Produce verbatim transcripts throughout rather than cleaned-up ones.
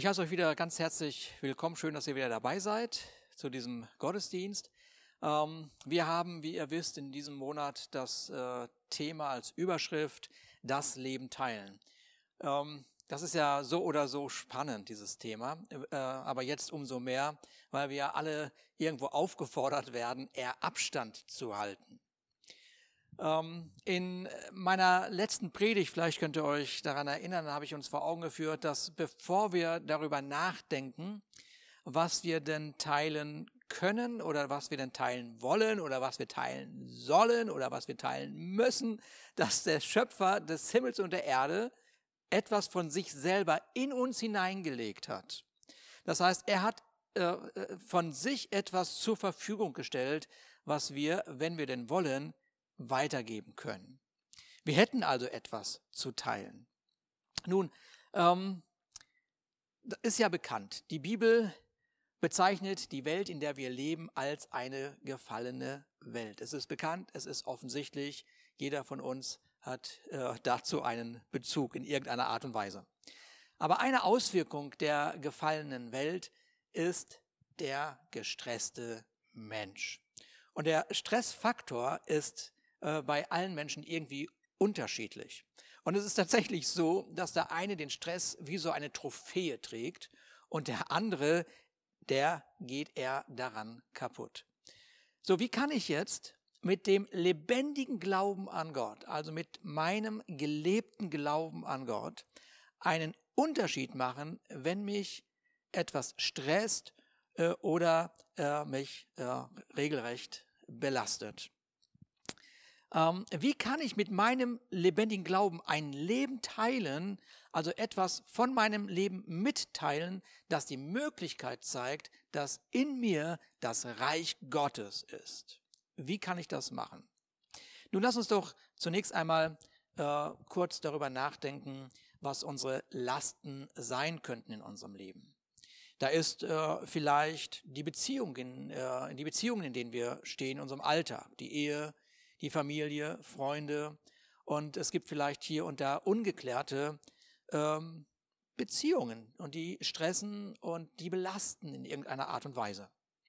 Ich heiße euch wieder ganz herzlich willkommen. Schön, dass ihr wieder dabei seid zu diesem Gottesdienst. Ähm, wir haben, wie ihr wisst, in diesem Monat das äh, Thema als Überschrift das Leben teilen. Ähm, das ist ja so oder so spannend, dieses Thema, äh, aber jetzt umso mehr, weil wir alle irgendwo aufgefordert werden, eher Abstand zu halten. Ähm, in meiner letzten Predigt, vielleicht könnt ihr euch daran erinnern, habe ich uns vor Augen geführt, dass bevor wir darüber nachdenken, was wir denn teilen können oder was wir denn teilen wollen oder was wir teilen sollen oder was wir teilen müssen, dass der Schöpfer des Himmels und der Erde etwas von sich selber in uns hineingelegt hat. Das heißt, er hat äh, von sich etwas zur Verfügung gestellt, was wir, wenn wir denn wollen, weitergeben können. Wir hätten also etwas zu teilen. Nun, ähm, das ist ja bekannt. Die Bibel bezeichnet die Welt, in der wir leben, als eine gefallene Welt. Es ist bekannt, es ist offensichtlich, jeder von uns hat äh, dazu einen Bezug in irgendeiner Art und Weise. Aber eine Auswirkung der gefallenen Welt ist der gestresste Mensch. Und der Stressfaktor ist bei allen Menschen irgendwie unterschiedlich. Und es ist tatsächlich so, dass der eine den Stress wie so eine Trophäe trägt und der andere, der geht eher daran kaputt. So, wie kann ich jetzt mit dem lebendigen Glauben an Gott, also mit meinem gelebten Glauben an Gott, einen Unterschied machen, wenn mich etwas stresst äh, oder äh, mich äh, regelrecht belastet? Ähm, wie kann ich mit meinem lebendigen Glauben ein Leben teilen, also etwas von meinem Leben mitteilen, das die Möglichkeit zeigt, dass in mir das Reich Gottes ist? Wie kann ich das machen? Nun lass uns doch zunächst einmal äh, kurz darüber nachdenken, was unsere Lasten sein könnten in unserem Leben. Da ist äh, vielleicht die Beziehung, in, äh, in die Beziehungen, in denen wir stehen in unserem Alltag, die Ehe, die Familie, Freunde, und es gibt vielleicht hier und da ungeklärte ähm, Beziehungen und die stressen und die belasten in irgendeiner Art und Weise.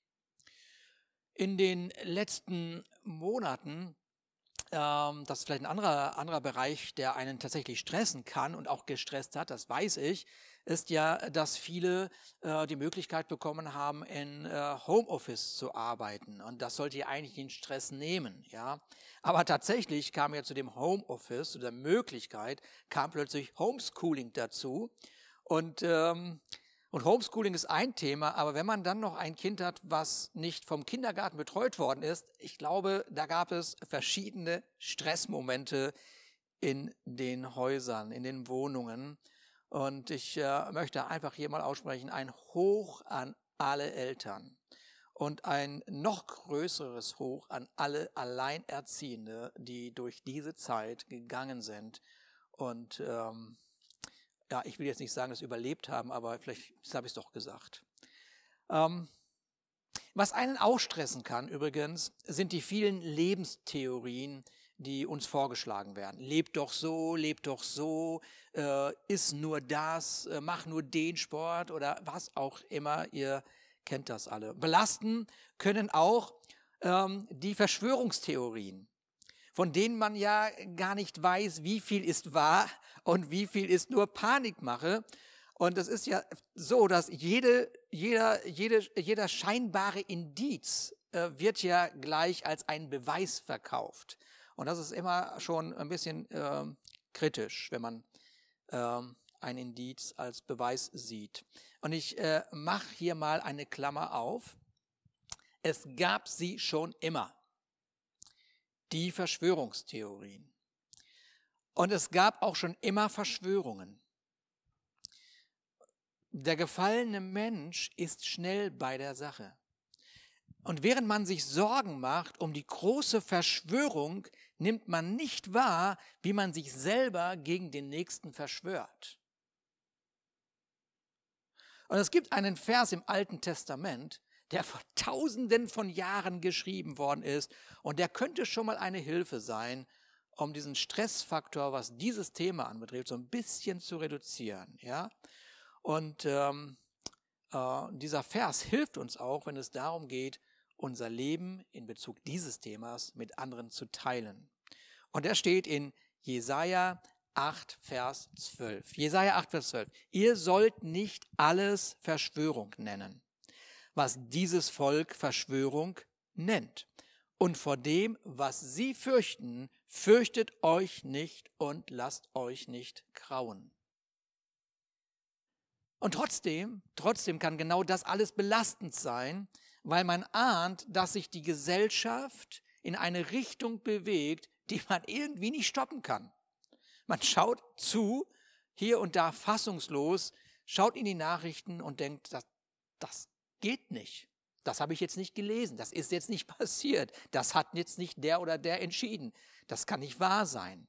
In den letzten Monaten, ähm, das ist vielleicht ein anderer, anderer Bereich, der einen tatsächlich stressen kann und auch gestresst hat, das weiß ich, ist ja, dass viele äh, die Möglichkeit bekommen haben, in äh, Homeoffice zu arbeiten. Und das sollte ja eigentlich den Stress nehmen, ja. Aber tatsächlich kam ja zu dem Homeoffice, zu der Möglichkeit, kam plötzlich Homeschooling dazu. Und, ähm, und Homeschooling ist ein Thema, aber wenn man dann noch ein Kind hat, was nicht vom Kindergarten betreut worden ist, ich glaube, da gab es verschiedene Stressmomente in den Häusern, in den Wohnungen. Und ich äh, möchte einfach hier mal aussprechen, ein Hoch an alle Eltern und ein noch größeres Hoch an alle Alleinerziehende, die durch diese Zeit gegangen sind und ähm, ja, ich will jetzt nicht sagen, dass sie überlebt haben, aber vielleicht habe ich es doch gesagt. Ähm, was einen auch stressen kann übrigens, sind die vielen Lebenstheorien, die uns vorgeschlagen werden. Lebt doch so, lebt doch so, äh, iss nur das, äh, mach nur den Sport oder was auch immer, ihr kennt das alle. Belasten können auch ähm, die Verschwörungstheorien, von denen man ja gar nicht weiß, wie viel ist wahr und wie viel ist nur Panikmache. Und es ist ja so, dass jede, jeder, jede, jeder scheinbare Indiz äh, wird ja gleich als ein Beweis verkauft. Und das ist immer schon ein bisschen äh, kritisch, wenn man äh, ein Indiz als Beweis sieht. Und ich äh, mache hier mal eine Klammer auf. Es gab sie schon immer, die Verschwörungstheorien. Und es gab auch schon immer Verschwörungen. Der gefallene Mensch ist schnell bei der Sache. Und während man sich Sorgen macht um die große Verschwörung, nimmt man nicht wahr, wie man sich selber gegen den Nächsten verschwört. Und es gibt einen Vers im Alten Testament, der vor Tausenden von Jahren geschrieben worden ist und der könnte schon mal eine Hilfe sein, um diesen Stressfaktor, was dieses Thema anbetrifft, so ein bisschen zu reduzieren. Ja? Und ähm, äh, dieser Vers hilft uns auch, wenn es darum geht, unser Leben in Bezug dieses Themas mit anderen zu teilen. Und er steht in Jesaja acht, Vers zwölf. Jesaja acht, Vers zwölf. Ihr sollt nicht alles Verschwörung nennen, was dieses Volk Verschwörung nennt. Und vor dem, was sie fürchten, fürchtet euch nicht und lasst euch nicht grauen. Und trotzdem, trotzdem kann genau das alles belastend sein, weil man ahnt, dass sich die Gesellschaft in eine Richtung bewegt, die man irgendwie nicht stoppen kann. Man schaut zu, hier und da fassungslos, schaut in die Nachrichten und denkt, das, das geht nicht. Das habe ich jetzt nicht gelesen, das ist jetzt nicht passiert, das hat jetzt nicht der oder der entschieden. Das kann nicht wahr sein.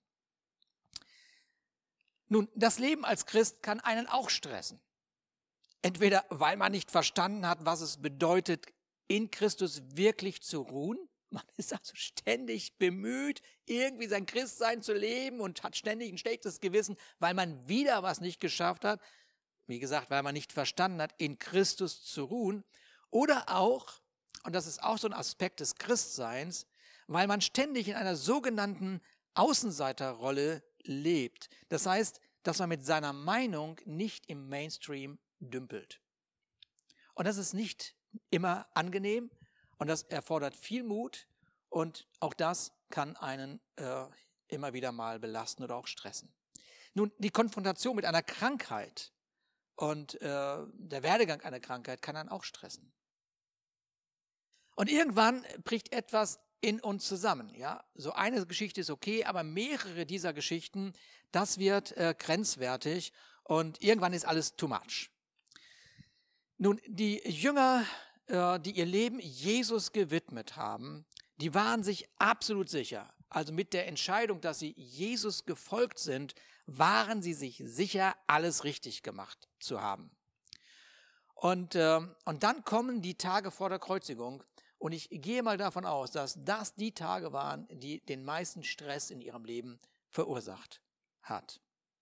Nun, das Leben als Christ kann einen auch stressen. Entweder weil man nicht verstanden hat, was es bedeutet, in Christus wirklich zu ruhen. Man ist also ständig bemüht, irgendwie sein Christsein zu leben und hat ständig ein schlechtes Gewissen, weil man wieder was nicht geschafft hat. Wie gesagt, weil man nicht verstanden hat, in Christus zu ruhen. Oder auch, und das ist auch so ein Aspekt des Christseins, weil man ständig in einer sogenannten Außenseiterrolle lebt. Das heißt, dass man mit seiner Meinung nicht im Mainstream dümpelt. Und das ist nicht immer angenehm und das erfordert viel Mut und auch das kann einen äh, immer wieder mal belasten oder auch stressen. Nun, die Konfrontation mit einer Krankheit und äh, der Werdegang einer Krankheit kann einen auch stressen. Und irgendwann bricht etwas in uns zusammen. Ja? So eine Geschichte ist okay, aber mehrere dieser Geschichten, das wird äh, grenzwertig und irgendwann ist alles too much. Nun, die Jünger, äh, die ihr Leben Jesus gewidmet haben, die waren sich absolut sicher. Also mit der Entscheidung, dass sie Jesus gefolgt sind, waren sie sich sicher, alles richtig gemacht zu haben. Und, äh, und dann kommen die Tage vor der Kreuzigung und ich gehe mal davon aus, dass das die Tage waren, die den meisten Stress in ihrem Leben verursacht hat.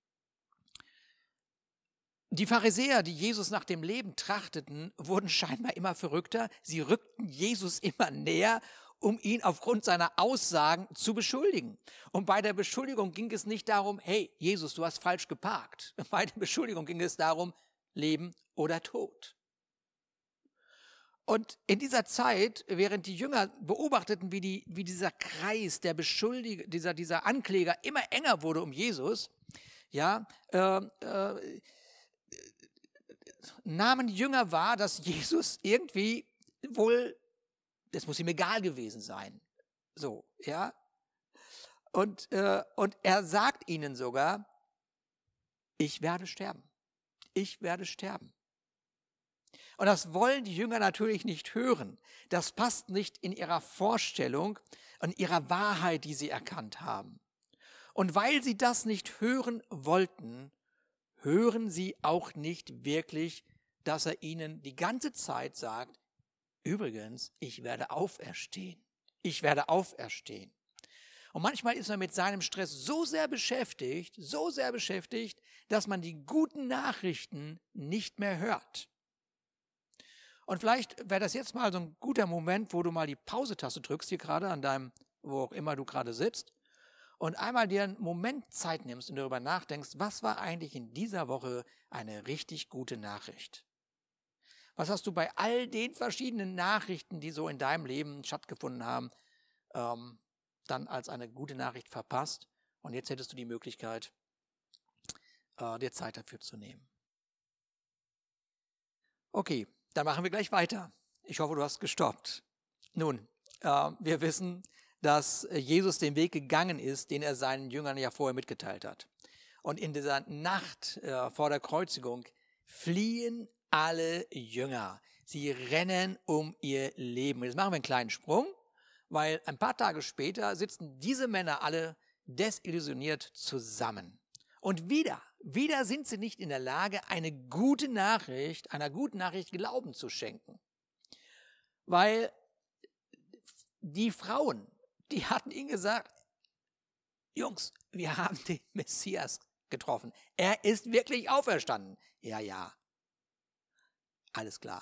Die Pharisäer, die Jesus nach dem Leben trachteten, wurden scheinbar immer verrückter. Sie rückten Jesus immer näher, um ihn aufgrund seiner Aussagen zu beschuldigen. Und bei der Beschuldigung ging es nicht darum, hey, Jesus, du hast falsch geparkt. Bei der Beschuldigung ging es darum, Leben oder Tod. Und in dieser Zeit, während die Jünger beobachteten, wie, die, wie dieser Kreis der Beschuldiger, dieser, dieser Ankläger immer enger wurde um Jesus, ja, äh, äh, nahmen die Jünger wahr, dass Jesus irgendwie wohl, das muss ihm egal gewesen sein. So, ja. Und, äh, und er sagt ihnen sogar, ich werde sterben. Ich werde sterben. Und das wollen die Jünger natürlich nicht hören. Das passt nicht in ihrer Vorstellung und ihrer Wahrheit, die sie erkannt haben. Und weil sie das nicht hören wollten, hören sie auch nicht wirklich, dass er ihnen die ganze Zeit sagt, übrigens, ich werde auferstehen. Ich werde auferstehen. Und manchmal ist man mit seinem Stress so sehr beschäftigt, so sehr beschäftigt, dass man die guten Nachrichten nicht mehr hört. Und vielleicht wäre das jetzt mal so ein guter Moment, wo du mal die Pause-Taste drückst, hier gerade an deinem, wo auch immer du gerade sitzt, und einmal dir einen Moment Zeit nimmst und darüber nachdenkst, was war eigentlich in dieser Woche eine richtig gute Nachricht? Was hast du bei all den verschiedenen Nachrichten, die so in deinem Leben stattgefunden haben, ähm, dann als eine gute Nachricht verpasst? Und jetzt hättest du die Möglichkeit, äh, dir Zeit dafür zu nehmen. Okay, dann machen wir gleich weiter. Ich hoffe, du hast gestoppt. Nun, äh, wir wissen, dass Jesus den Weg gegangen ist, den er seinen Jüngern ja vorher mitgeteilt hat. Und in dieser Nacht äh, vor der Kreuzigung fliehen alle Jünger. Sie rennen um ihr Leben. Jetzt machen wir einen kleinen Sprung, weil ein paar Tage später sitzen diese Männer alle desillusioniert zusammen. Und wieder, wieder sind sie nicht in der Lage, eine gute Nachricht, einer guten Nachricht Glauben zu schenken. Weil die Frauen, die hatten ihnen gesagt, Jungs, wir haben den Messias getroffen. Er ist wirklich auferstanden. Ja, ja, Alles klar.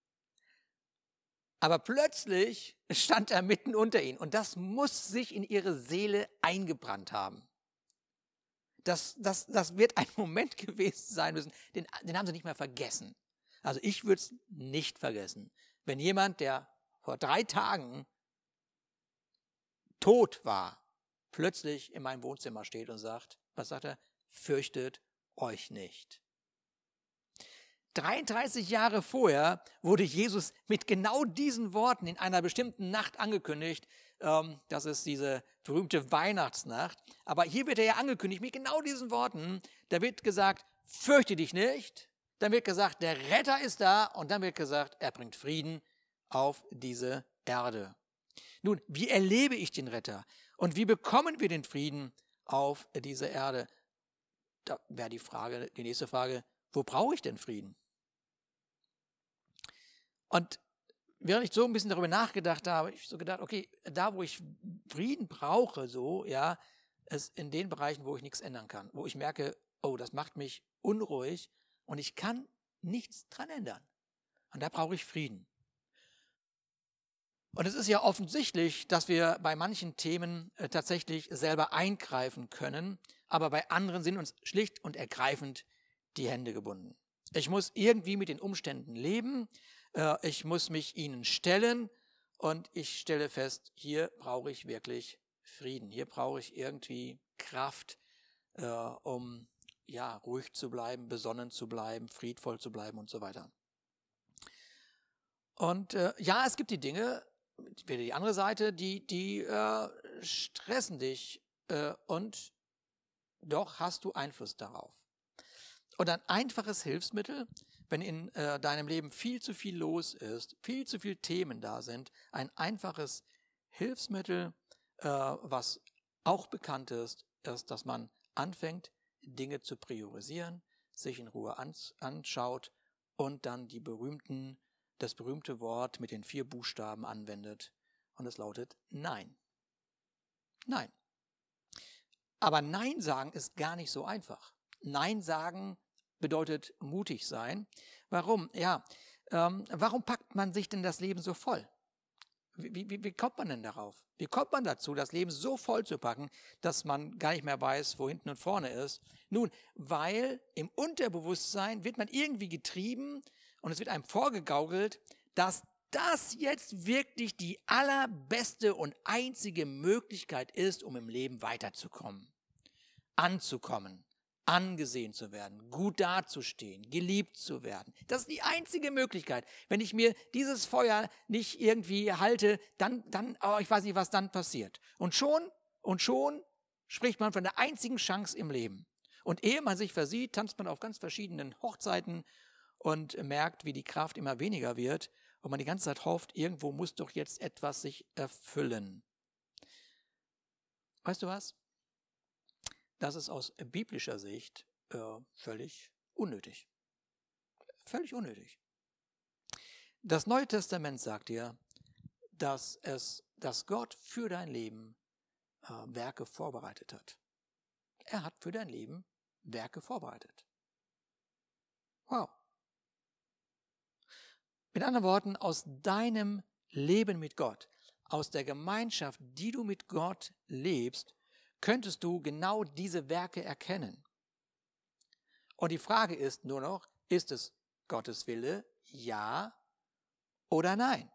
Aber plötzlich stand er mitten unter ihnen und das muss sich in ihre Seele eingebrannt haben. Das, das, das wird ein Moment gewesen sein müssen, den, den haben sie nicht mehr vergessen. Also ich würde es nicht vergessen. Wenn jemand, der vor drei Tagen tot war, plötzlich in meinem Wohnzimmer steht und sagt, was sagt er? Fürchtet euch nicht. dreiunddreißig Jahre vorher wurde Jesus mit genau diesen Worten in einer bestimmten Nacht angekündigt. Ähm, das ist diese berühmte Weihnachtsnacht. Aber hier wird er ja angekündigt mit genau diesen Worten. Da wird gesagt, fürchte dich nicht. Dann wird gesagt, der Retter ist da. Und dann wird gesagt, er bringt Frieden auf diese Erde. Nun, wie erlebe ich den Retter? Und wie bekommen wir den Frieden auf diese Erde? Da wäre die Frage, die nächste Frage, wo brauche ich denn Frieden? Und während ich so ein bisschen darüber nachgedacht habe, habe ich so gedacht, okay, da wo ich Frieden brauche, so, ja, ist in den Bereichen, wo ich nichts ändern kann, wo ich merke, oh, das macht mich unruhig und ich kann nichts dran ändern. Und da brauche ich Frieden. Und es ist ja offensichtlich, dass wir bei manchen Themen äh, tatsächlich selber eingreifen können, aber bei anderen sind uns schlicht und ergreifend die Hände gebunden. Ich muss irgendwie mit den Umständen leben, äh, ich muss mich ihnen stellen und ich stelle fest, hier brauche ich wirklich Frieden, hier brauche ich irgendwie Kraft, äh, um ja, ruhig zu bleiben, besonnen zu bleiben, friedvoll zu bleiben und so weiter. Und äh, ja, es gibt die Dinge, wieder die andere Seite, die, die äh, stressen dich äh, und doch hast du Einfluss darauf. Und ein einfaches Hilfsmittel, wenn in äh, deinem Leben viel zu viel los ist, viel zu viele Themen da sind, ein einfaches Hilfsmittel, äh, was auch bekannt ist, ist, dass man anfängt, Dinge zu priorisieren, sich in Ruhe ans- anschaut und dann die berühmten das berühmte Wort mit den vier Buchstaben anwendet und es lautet Nein. Nein. Aber Nein sagen ist gar nicht so einfach. Nein sagen bedeutet mutig sein. Warum? Ja, ähm, warum packt man sich denn das Leben so voll? Wie, wie, wie kommt man denn darauf? Wie kommt man dazu, das Leben so voll zu packen, dass man gar nicht mehr weiß, wo hinten und vorne ist? Nun, weil im Unterbewusstsein wird man irgendwie getrieben und es wird einem vorgegaukelt, dass das jetzt wirklich die allerbeste und einzige Möglichkeit ist, um im Leben weiterzukommen, anzukommen, angesehen zu werden, gut dazustehen, geliebt zu werden. Das ist die einzige Möglichkeit. Wenn ich mir dieses Feuer nicht irgendwie halte, dann, dann, oh, ich weiß nicht, was dann passiert. Und schon, und schon spricht man von der einzigen Chance im Leben. Und ehe man sich versieht, tanzt man auf ganz verschiedenen Hochzeiten und merkt, wie die Kraft immer weniger wird und man die ganze Zeit hofft, irgendwo muss doch jetzt etwas sich erfüllen. Weißt du was? Das ist aus biblischer Sicht äh, völlig unnötig. Völlig unnötig. Das Neue Testament sagt dir, dass, es, dass Gott für dein Leben äh, Werke vorbereitet hat. Er hat für dein Leben Werke vorbereitet. Wow. Mit anderen Worten, aus deinem Leben mit Gott, aus der Gemeinschaft, die du mit Gott lebst, könntest du genau diese Werke erkennen. Und die Frage ist nur noch, ist es Gottes Wille, ja oder nein?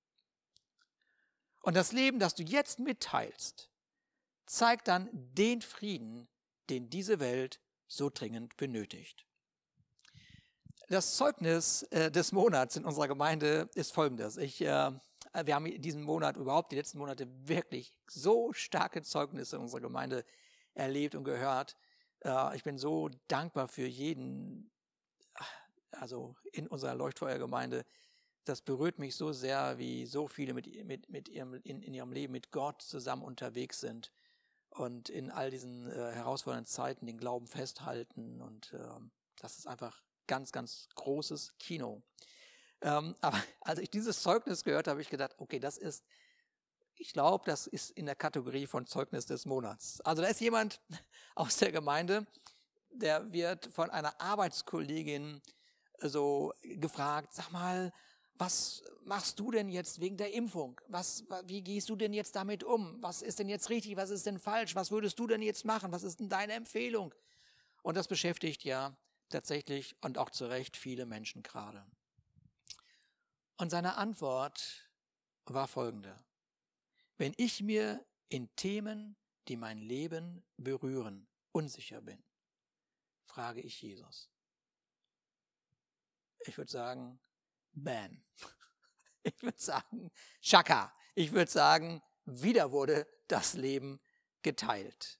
Und das Leben, das du jetzt mitteilst, zeigt dann den Frieden, den diese Welt so dringend benötigt. Das Zeugnis äh, des Monats in unserer Gemeinde ist folgendes. Ich, äh, wir haben in diesem Monat, überhaupt die letzten Monate, wirklich so starke Zeugnisse in unserer Gemeinde erlebt und gehört. Äh, ich bin so dankbar für jeden, also in unserer Leuchtfeuergemeinde. Das berührt mich so sehr, wie so viele mit, mit, mit ihrem, in, in ihrem Leben mit Gott zusammen unterwegs sind und in all diesen äh, herausfordernden Zeiten den Glauben festhalten. Und äh, das ist einfach ganz, ganz großes Kino. Ähm, aber als ich dieses Zeugnis gehört habe, habe ich gedacht, okay, das ist, ich glaube, das ist in der Kategorie von Zeugnis des Monats. Also da ist jemand aus der Gemeinde, der wird von einer Arbeitskollegin so gefragt, sag mal, was machst du denn jetzt wegen der Impfung? Was, wie gehst du denn jetzt damit um? Was ist denn jetzt richtig? Was ist denn falsch? Was würdest du denn jetzt machen? Was ist denn deine Empfehlung? Und das beschäftigt ja tatsächlich und auch zu Recht viele Menschen gerade. Und seine Antwort war folgende. Wenn ich mir in Themen, die mein Leben berühren, unsicher bin, frage ich Jesus. Ich würde sagen, bam. Ich würde sagen, Schaka. Ich würde sagen, wieder wurde das Leben geteilt.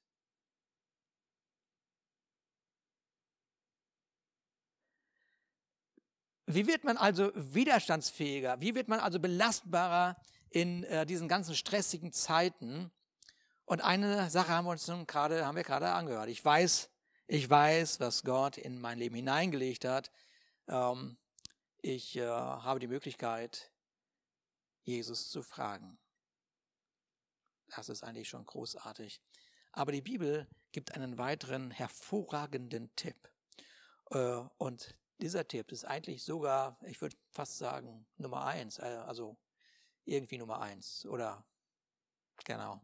Wie wird man also widerstandsfähiger? Wie wird man also belastbarer in äh, diesen ganzen stressigen Zeiten? Und eine Sache haben wir uns nun gerade, haben wir gerade angehört. Ich weiß, ich weiß, was Gott in mein Leben hineingelegt hat. Ähm, ich äh, habe die Möglichkeit, Jesus zu fragen. Das ist eigentlich schon großartig. Aber die Bibel gibt einen weiteren hervorragenden Tipp. Äh, und dieser Tipp ist eigentlich sogar, ich würde fast sagen, Nummer eins, also irgendwie Nummer eins oder genau.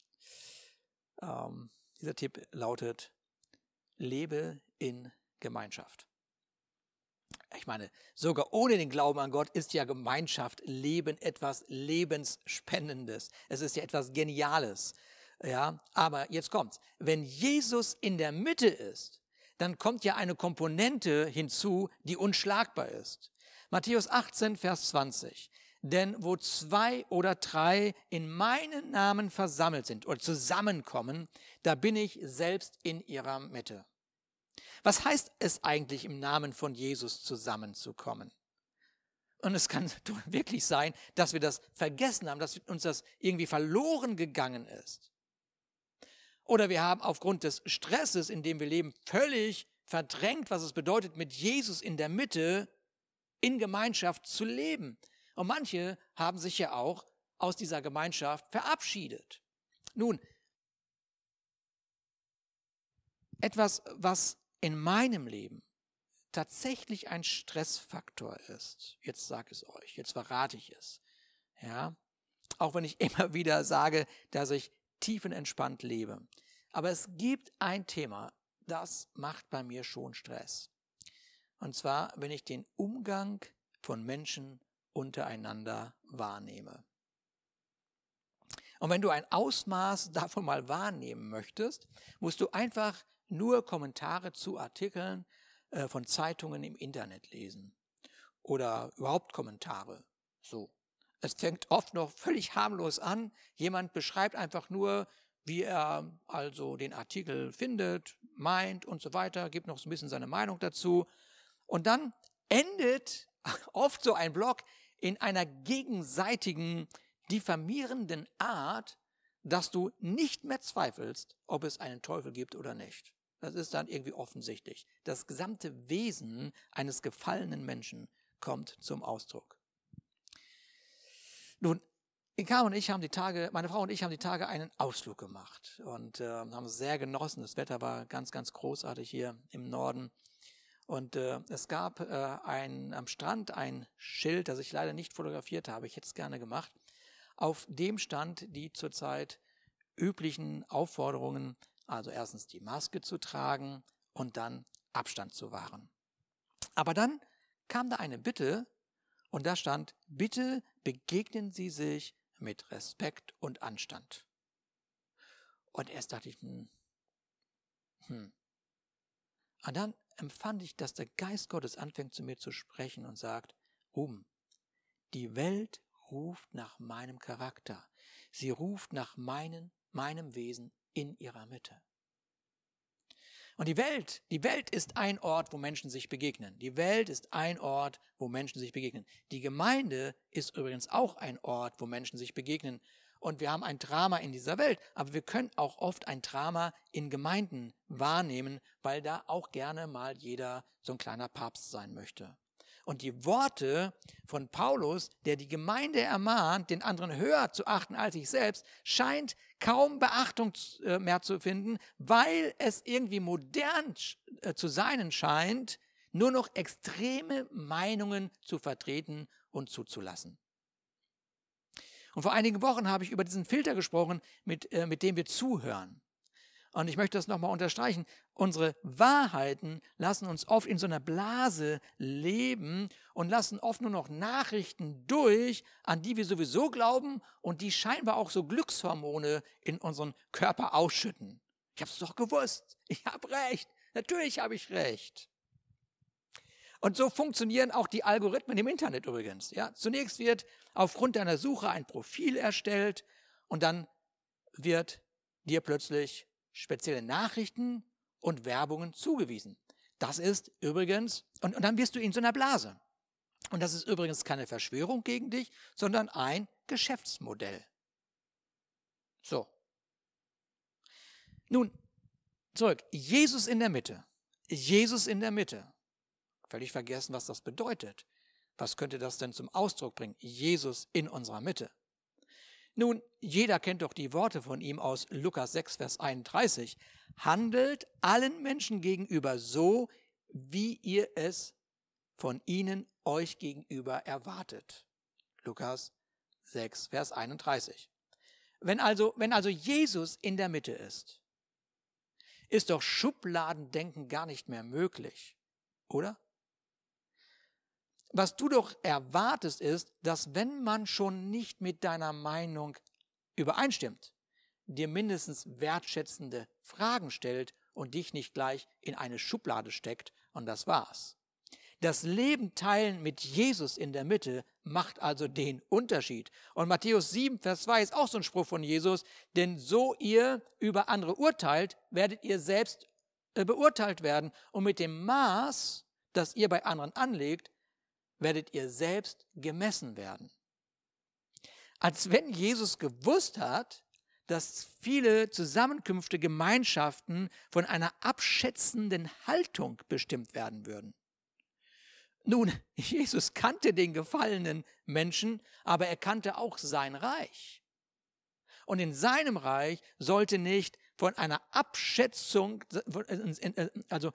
Ähm, dieser Tipp lautet, lebe in Gemeinschaft. Ich meine, sogar ohne den Glauben an Gott ist ja Gemeinschaft, Leben etwas Lebensspendendes. Es ist ja etwas Geniales. Ja, aber jetzt kommt's. Wenn Jesus in der Mitte ist, dann kommt ja eine Komponente hinzu, die unschlagbar ist. Matthäus achtzehn, Vers zwanzig. Denn wo zwei oder drei in meinen Namen versammelt sind oder zusammenkommen, da bin ich selbst in ihrer Mitte. Was heißt es eigentlich, im Namen von Jesus zusammenzukommen? Und es kann wirklich sein, dass wir das vergessen haben, dass uns das irgendwie verloren gegangen ist. Oder wir haben aufgrund des Stresses, in dem wir leben, völlig verdrängt, was es bedeutet, mit Jesus in der Mitte in Gemeinschaft zu leben. Und manche haben sich ja auch aus dieser Gemeinschaft verabschiedet. Nun, etwas, was in meinem Leben tatsächlich ein Stressfaktor ist, jetzt sage ich es euch, jetzt verrate ich es, ja, auch wenn ich immer wieder sage, dass ich tiefenentspannt lebe. Aber es gibt ein Thema, das macht bei mir schon Stress. Und zwar, wenn ich den Umgang von Menschen untereinander wahrnehme. Und wenn du ein Ausmaß davon mal wahrnehmen möchtest, musst du einfach nur Kommentare zu Artikeln äh, von Zeitungen im Internet lesen. Oder überhaupt Kommentare. So. Es fängt oft noch völlig harmlos an. Jemand beschreibt einfach nur, wie er also den Artikel findet, meint und so weiter, gibt noch so ein bisschen seine Meinung dazu. Und dann endet oft so ein Blog in einer gegenseitigen, diffamierenden Art, dass du nicht mehr zweifelst, ob es einen Teufel gibt oder nicht. Das ist dann irgendwie offensichtlich. Das gesamte Wesen eines gefallenen Menschen kommt zum Ausdruck. Nun, Inka und ich haben die Tage, meine Frau und ich haben die Tage einen Ausflug gemacht und äh, haben es sehr genossen. Das Wetter war ganz, ganz großartig hier im Norden. Und äh, es gab äh, ein, am Strand ein Schild, das ich leider nicht fotografiert habe, ich hätte es gerne gemacht. Auf dem stand die zurzeit üblichen Aufforderungen, also erstens die Maske zu tragen und dann Abstand zu wahren. Aber dann kam da eine Bitte und da stand, bitte begegnen Sie sich mit Respekt und Anstand. Und erst dachte ich, hm, hm. Und dann empfand ich, dass der Geist Gottes anfängt zu mir zu sprechen und sagt, Ruben, die Welt ruft nach meinem Charakter. Sie ruft nach meinen, meinem Wesen in ihrer Mitte. Und die Welt, die Welt ist ein Ort, wo Menschen sich begegnen. Die Welt ist ein Ort, wo Menschen sich begegnen. Die Gemeinde ist übrigens auch ein Ort, wo Menschen sich begegnen. Und wir haben ein Drama in dieser Welt, aber wir können auch oft ein Drama in Gemeinden wahrnehmen, weil da auch gerne mal jeder so ein kleiner Papst sein möchte. Und die Worte von Paulus, der die Gemeinde ermahnt, den anderen höher zu achten als sich selbst, scheint kaum Beachtung mehr zu finden, weil es irgendwie modern zu sein scheint, nur noch extreme Meinungen zu vertreten und zuzulassen. Und vor einigen Wochen habe ich über diesen Filter gesprochen, mit, äh, mit dem wir zuhören. Und ich möchte das nochmal unterstreichen. Unsere Wahrheiten lassen uns oft in so einer Blase leben und lassen oft nur noch Nachrichten durch, an die wir sowieso glauben und die scheinbar auch so Glückshormone in unseren Körper ausschütten. Ich habe es doch gewusst. Ich habe recht. Natürlich habe ich recht. Und so funktionieren auch die Algorithmen im Internet übrigens. Ja, zunächst wird aufgrund deiner Suche ein Profil erstellt und dann wird dir plötzlich spezielle Nachrichten und Werbungen zugewiesen. Das ist übrigens, und, und dann bist du in so einer Blase. Und das ist übrigens keine Verschwörung gegen dich, sondern ein Geschäftsmodell. So. Nun, zurück. Jesus in der Mitte. Jesus in der Mitte. Völlig vergessen, was das bedeutet. Was könnte das denn zum Ausdruck bringen? Jesus in unserer Mitte. Nun, jeder kennt doch die Worte von ihm aus Lukas sechs, Vers einunddreißig. Handelt allen Menschen gegenüber so, wie ihr es von ihnen euch gegenüber erwartet. Lukas sechs, Vers einunddreißig. Wenn also, wenn also Jesus in der Mitte ist, ist doch Schubladendenken gar nicht mehr möglich, oder? Was du doch erwartest ist, dass wenn man schon nicht mit deiner Meinung übereinstimmt, dir mindestens wertschätzende Fragen stellt und dich nicht gleich in eine Schublade steckt und das war's. Das Leben teilen mit Jesus in der Mitte macht also den Unterschied. Und Matthäus sieben, Vers zwei ist auch so ein Spruch von Jesus, denn so ihr über andere urteilt, werdet ihr selbst äh, beurteilt werden und mit dem Maß, das ihr bei anderen anlegt, werdet ihr selbst gemessen werden. Als wenn Jesus gewusst hat, dass viele Zusammenkünfte, Gemeinschaften von einer abschätzenden Haltung bestimmt werden würden. Nun, Jesus kannte den gefallenen Menschen, aber er kannte auch sein Reich. Und in seinem Reich sollte nicht von einer Abschätzung, also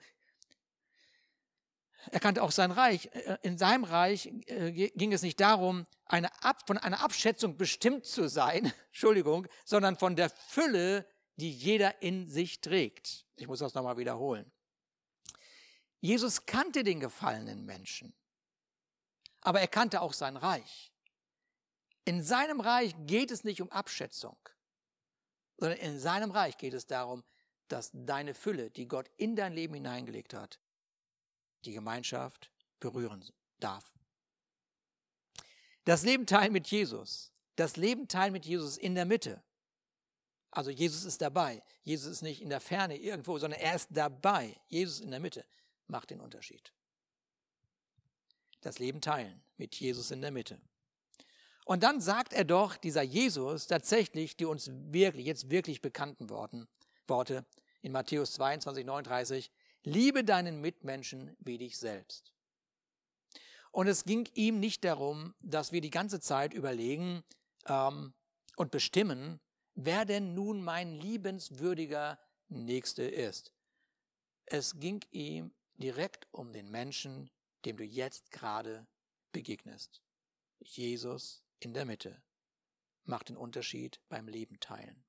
er kannte auch sein Reich. In seinem Reich ging es nicht darum, eine Ab, von einer Abschätzung bestimmt zu sein, Entschuldigung, sondern von der Fülle, die jeder in sich trägt. Ich muss das nochmal wiederholen. Jesus kannte den gefallenen Menschen, aber er kannte auch sein Reich. In seinem Reich geht es nicht um Abschätzung, sondern in seinem Reich geht es darum, dass deine Fülle, die Gott in dein Leben hineingelegt hat, die Gemeinschaft berühren darf. Das Leben teilen mit Jesus, das Leben teilen mit Jesus in der Mitte. Also Jesus ist dabei. Jesus ist nicht in der Ferne irgendwo, sondern er ist dabei. Jesus in der Mitte macht den Unterschied. Das Leben teilen mit Jesus in der Mitte. Und dann sagt er doch, dieser Jesus, tatsächlich die uns wirklich, jetzt wirklich bekannten Worten, Worte in Matthäus zweiundzwanzig, neununddreißig, liebe deinen Mitmenschen wie dich selbst. Und es ging ihm nicht darum, dass wir die ganze Zeit überlegen ähm, und bestimmen, wer denn nun mein liebenswürdiger Nächste ist. Es ging ihm direkt um den Menschen, dem du jetzt gerade begegnest. Jesus in der Mitte macht den Unterschied beim Leben teilen.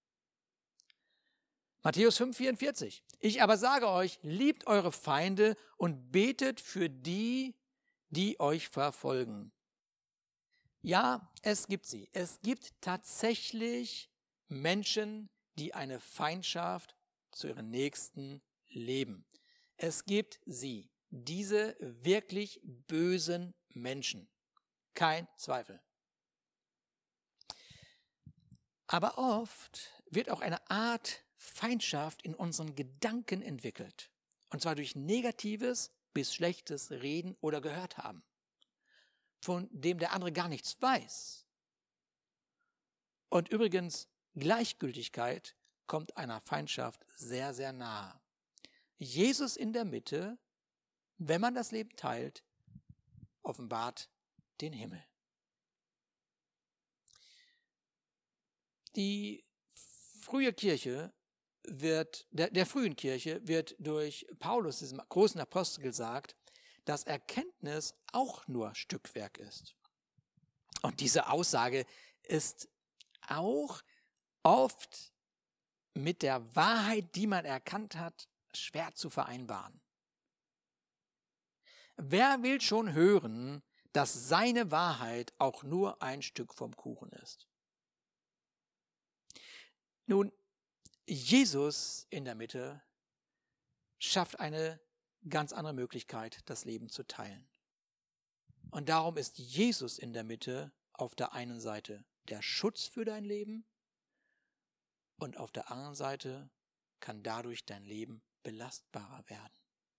Matthäus fünf, vierundvierzig. Ich aber sage euch, liebt eure Feinde und betet für die, die euch verfolgen. Ja, es gibt sie. Es gibt tatsächlich Menschen, die eine Feindschaft zu ihren Nächsten leben. Es gibt sie, diese wirklich bösen Menschen. Kein Zweifel. Aber oft wird auch eine Art Feindschaft in unseren Gedanken entwickelt. Und zwar durch negatives bis schlechtes Reden oder gehört haben, von dem der andere gar nichts weiß. Und übrigens, Gleichgültigkeit kommt einer Feindschaft sehr, sehr nahe. Jesus in der Mitte, wenn man das Leben teilt, offenbart den Himmel. Die frühe Kirche wird, der, der frühen Kirche wird durch Paulus, diesem großen Apostel, gesagt, dass Erkenntnis auch nur Stückwerk ist. Und diese Aussage ist auch oft mit der Wahrheit, die man erkannt hat, schwer zu vereinbaren. Wer will schon hören, dass seine Wahrheit auch nur ein Stück vom Kuchen ist? Nun, Jesus in der Mitte schafft eine ganz andere Möglichkeit, das Leben zu teilen. Und darum ist Jesus in der Mitte auf der einen Seite der Schutz für dein Leben und auf der anderen Seite kann dadurch dein Leben belastbarer werden.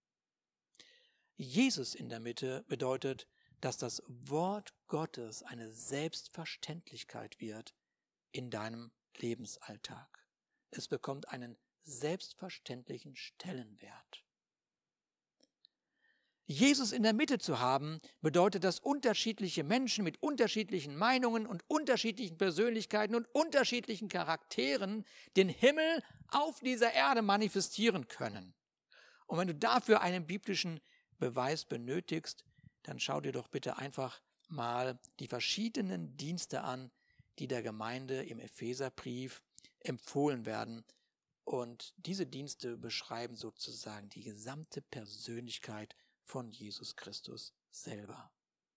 Jesus in der Mitte bedeutet, dass das Wort Gottes eine Selbstverständlichkeit wird in deinem Lebensalltag. Es bekommt einen selbstverständlichen Stellenwert. Jesus in der Mitte zu haben, bedeutet, dass unterschiedliche Menschen mit unterschiedlichen Meinungen und unterschiedlichen Persönlichkeiten und unterschiedlichen Charakteren den Himmel auf dieser Erde manifestieren können. Und wenn du dafür einen biblischen Beweis benötigst, dann schau dir doch bitte einfach mal die verschiedenen Dienste an, die der Gemeinde im Epheserbrief empfohlen werden. Und diese Dienste beschreiben sozusagen die gesamte Persönlichkeit von Jesus Christus selber.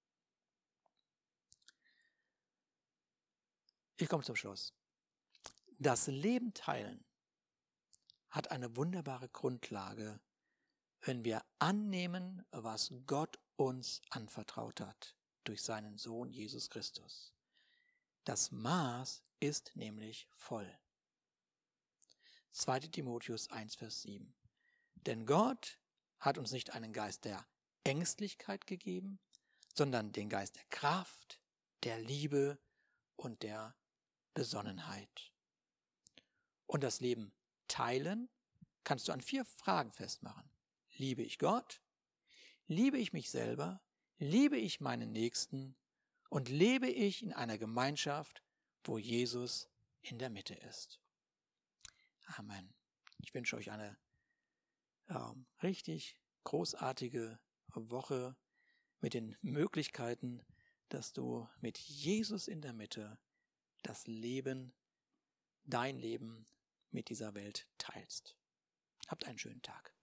Ich komme zum Schluss. Das Leben teilen hat eine wunderbare Grundlage, wenn wir annehmen, was Gott uns anvertraut hat durch seinen Sohn Jesus Christus. Das Maß ist nämlich voll. zweiter Timotheus eins, Vers sieben. Denn Gott hat uns nicht einen Geist der Ängstlichkeit gegeben, sondern den Geist der Kraft, der Liebe und der Besonnenheit. Und das Leben teilen kannst du an vier Fragen festmachen. Liebe ich Gott? Liebe ich mich selber? Liebe ich meinen Nächsten? Und lebe ich in einer Gemeinschaft, wo Jesus in der Mitte ist? Amen. Ich wünsche euch eine ähm, richtig großartige Woche mit den Möglichkeiten, dass du mit Jesus in der Mitte das Leben, dein Leben mit dieser Welt teilst. Habt einen schönen Tag.